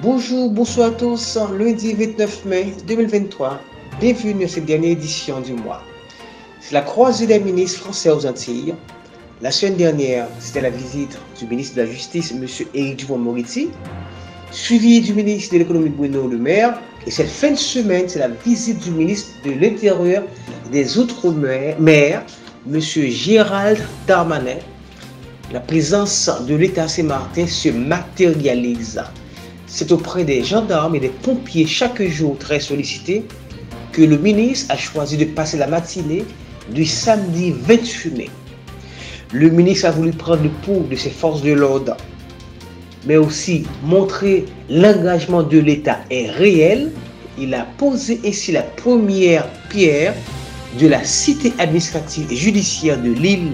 Bonjour, bonsoir à tous. Lundi 29 mai 2023. Bienvenue à cette dernière édition du mois. C'est la croisée des ministres français aux Antilles. La semaine dernière, c'était la visite du ministre de la Justice, M. Éric Dupond-Moretti, suivi du ministre de l'Économie, Bruno Le Maire. Et cette fin de semaine, c'est la visite du ministre de l'Intérieur et des Outre-mer, M. Gérald Darmanin. La présence de l'État Saint-Martin se matérialise. C'est auprès des gendarmes et des pompiers chaque jour très sollicités que le ministre a choisi de passer la matinée du samedi 28 mai. Le ministre a voulu prendre le pouls de ses forces de l'ordre, mais aussi montrer l'engagement de l'État est réel. Il a posé ainsi la première pierre de la cité administrative et judiciaire de l'île.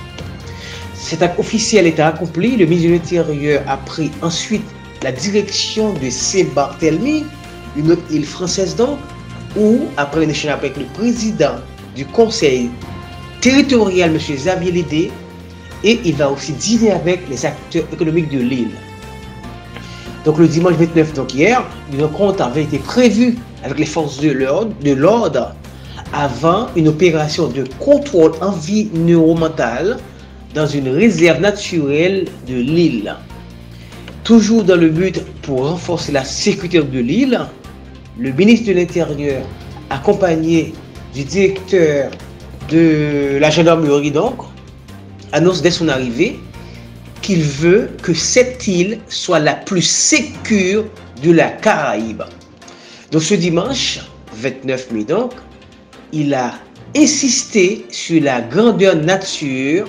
Cet acte officiel est accompli. Le ministre de l'Intérieur a pris ensuite la direction de Saint-Barthélemy, une autre île française donc, où, après un échange avec le président du conseil territorial, M. Xavier Lédé, et il va aussi dîner avec les acteurs économiques de l'île. Donc le dimanche 29, donc hier, une rencontre avait été prévue avec les forces de l'ordre avant une opération de contrôle environnemental dans une réserve naturelle de l'île. Toujours dans le but pour renforcer la sécurité de l'île, le ministre de l'Intérieur, accompagné du directeur de la gendarmerie donc, annonce dès son arrivée qu'il veut que cette île soit la plus sécure de la Caraïbe. Donc ce dimanche 29 mai donc, il a insisté sur la grandeur nature,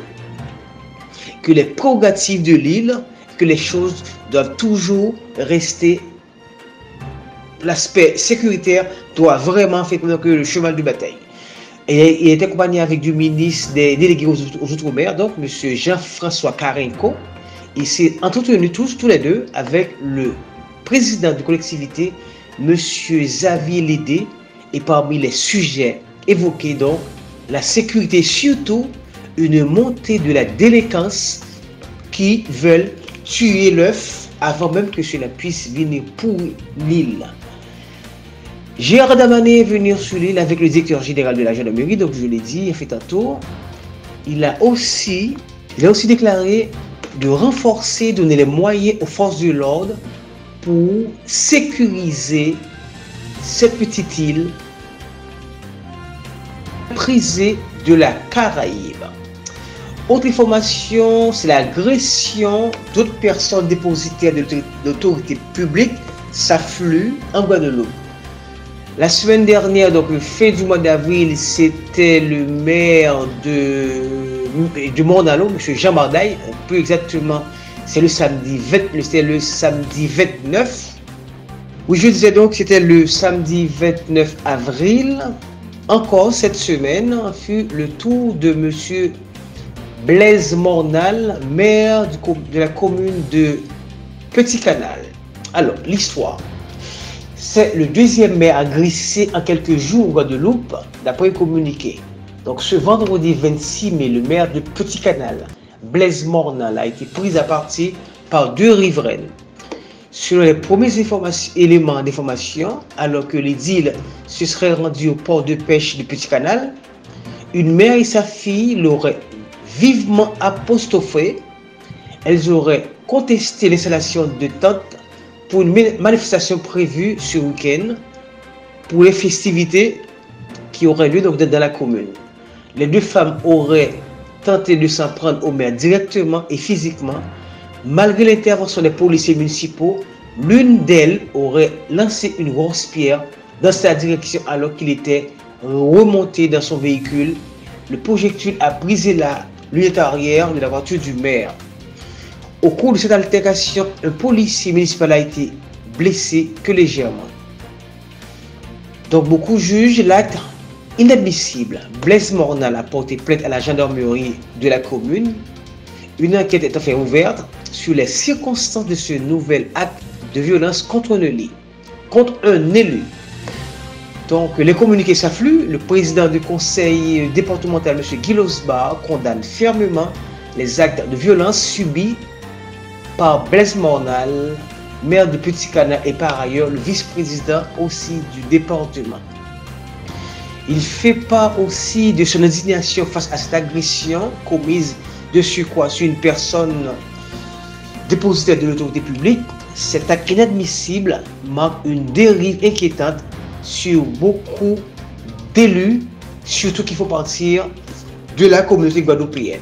que les prérogatives de l'île, que les choses doivent toujours rester, l'aspect sécuritaire doit vraiment faire que le cheval de bataille. Et il est accompagné avec du ministre des délégués aux Outre-mer, donc M. Jean-François Carenco. Il s'est entretenu tous les deux avec le président de collectivité, M. Xavier Lédé, et parmi les sujets évoqués donc, la sécurité, surtout une montée de la délinquance qui veulent tuer l'œuf avant même que cela puisse venir pour l'île. Gérald Darmanin est venu sur l'île avec le directeur général de la gendarmerie, donc je l'ai dit, il a fait un tour. Il a aussi déclaré de renforcer, donner les moyens aux forces de l'ordre pour sécuriser cette petite île prisée de la Caraïbe. Autre information, c'est l'agression d'autres personnes dépositaires de l'autorité publique s'afflue en Guadeloupe. La semaine dernière, donc le fin du mois d'avril, c'était le maire de Morne-à-l'Eau, M. Jean Mardaille, plus exactement, c'est le samedi 29. Oui, je disais donc, c'était le samedi 29 avril. Encore cette semaine fut le tour de M. Blaise Mornal, maire de la commune de Petit Canal. Alors, l'histoire. C'est le deuxième maire agressé en quelques jours en Guadeloupe, d'après communiqué. Donc, ce vendredi 26 mai, le maire de Petit Canal, Blaise Mornal, a été pris à partie par deux riveraines. Selon les premiers éléments d'information, alors que l'édile se serait rendu au port de pêche de Petit Canal, une mère et sa fille l'auraient vivement apostrophé. Elles auraient contesté l'installation de tentes pour une manifestation prévue ce week-end pour les festivités qui auraient lieu donc dans la commune. Les deux femmes auraient tenté de s'en prendre au maire directement et physiquement. Malgré l'intervention des policiers municipaux, l'une d'elles aurait lancé une grosse pierre dans sa direction alors qu'il était remonté dans son véhicule. Le projectile a brisé la lunette arrière de la voiture du maire. Au cours de cette altercation, un policier municipal a été blessé que légèrement. Donc beaucoup jugent l'acte inadmissible. Blaise Mornal a porté plainte à la gendarmerie de la commune. Une enquête est enfin ouverte sur les circonstances de ce nouvel acte de violence contre un élu. Donc, les communiqués s'affluent. Le président du conseil départemental, M. Guy Losbar, condamne fermement les actes de violence subis par Blaise Mornal maire de Petit-Canal et par ailleurs le vice-président aussi du département. Il fait part aussi de son indignation face à cette agression commise de surcroît sur une personne dépositaire de l'autorité publique. Cet acte inadmissible marque une dérive inquiétante sur beaucoup d'élus, surtout qu'il faut partir de la communauté guadeloupéenne.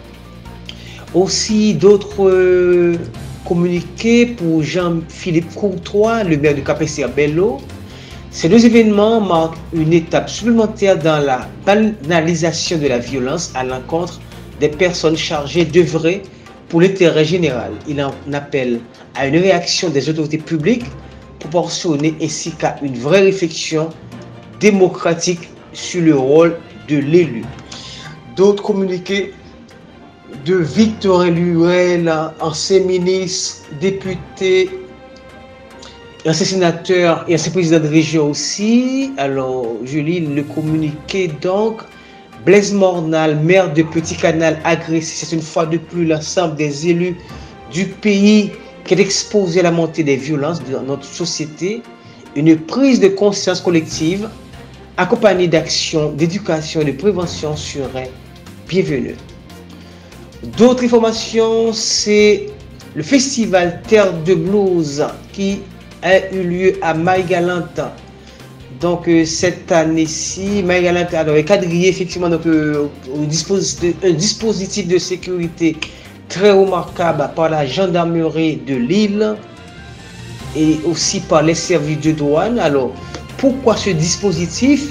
Aussi d'autres communiqués pour Jean-Philippe Courtois, le maire de Cap-Bello. Ces deux événements marquent une étape supplémentaire dans la banalisation de la violence à l'encontre des personnes chargées d'œuvrer pour l'intérêt général. Il en appelle à une réaction des autorités publiques proportionnée ainsi qu'à une vraie réflexion démocratique sur le rôle de l'élu. D'autres communiqués de Victorin Lurel, ancien ministre, député, ancien sénateur et ancien président de région aussi. Alors, je lis le communiqué donc. Blaise Mornal, maire de Petit-Canal, agressé. C'est une fois de plus l'ensemble des élus du pays qui est exposé à la montée des violences dans notre société. Une prise de conscience collective accompagnée d'actions d'éducation et de prévention serait bienvenue. D'autres informations, c'est le festival Terre de Blues qui a eu lieu à Marie-Galante. Donc cette année-ci, Marie-Galante a quadrillé effectivement donc, un dispositif de sécurité très remarquable par la gendarmerie de Lille et aussi par les services de douane. Alors pourquoi ce dispositif?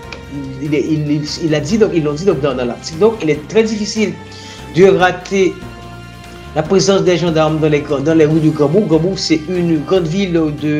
Ils l'ont dit donc dans l'article. Donc il est très difficile de rater la présence des gendarmes dans les rues de Gambou. Gambou, c'est une grande ville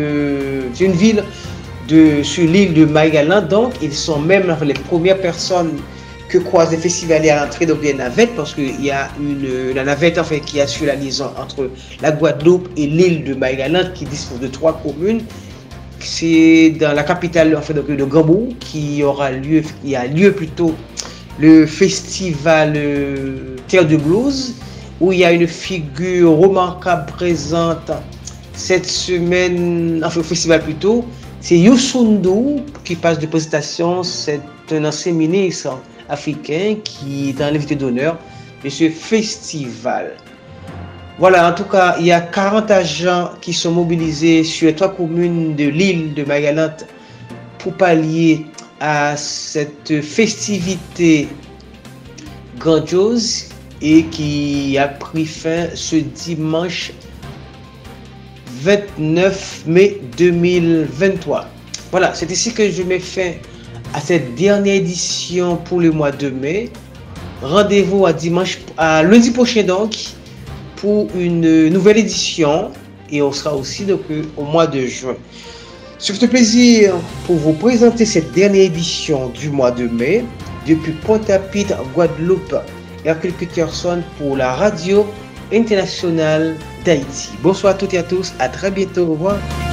sur l'île de Marie-Galante. Donc, ils sont même les premières personnes que croisent les festivaliers à l'entrée des navettes, parce qu'il y a la navette en fait, qui assure la liaison entre la Guadeloupe et l'île de Marie-Galante, qui dispose de 3 communes. C'est dans la capitale en fait, de Gambou qui a lieu plutôt le festival Terre de Blues, où il y a une figure remarquable présente cette semaine, enfin au festival plutôt. C'est Youssou N'Dour qui passe de présentation. C'est un ancien ministre africain qui est l'invité d'honneur de ce festival. Voilà, en tout cas, il y a 40 agents qui sont mobilisés sur les 3 communes de l'île de Marie-Galante pour pallier à cette festivité grandiose et qui a pris fin ce dimanche 29 mai 2023. Voilà, c'est ici que je mets fin à cette dernière édition pour le mois de mai. Rendez-vous à lundi prochain donc pour une nouvelle édition et on sera aussi donc au mois de juin. Ce fut un plaisir pour vous présenter cette dernière édition du mois de mai depuis Pointe-à-Pitre, Guadeloupe, Hercule Peterson pour la radio internationale d'Haïti. Bonsoir à toutes et à tous, à très bientôt, au revoir.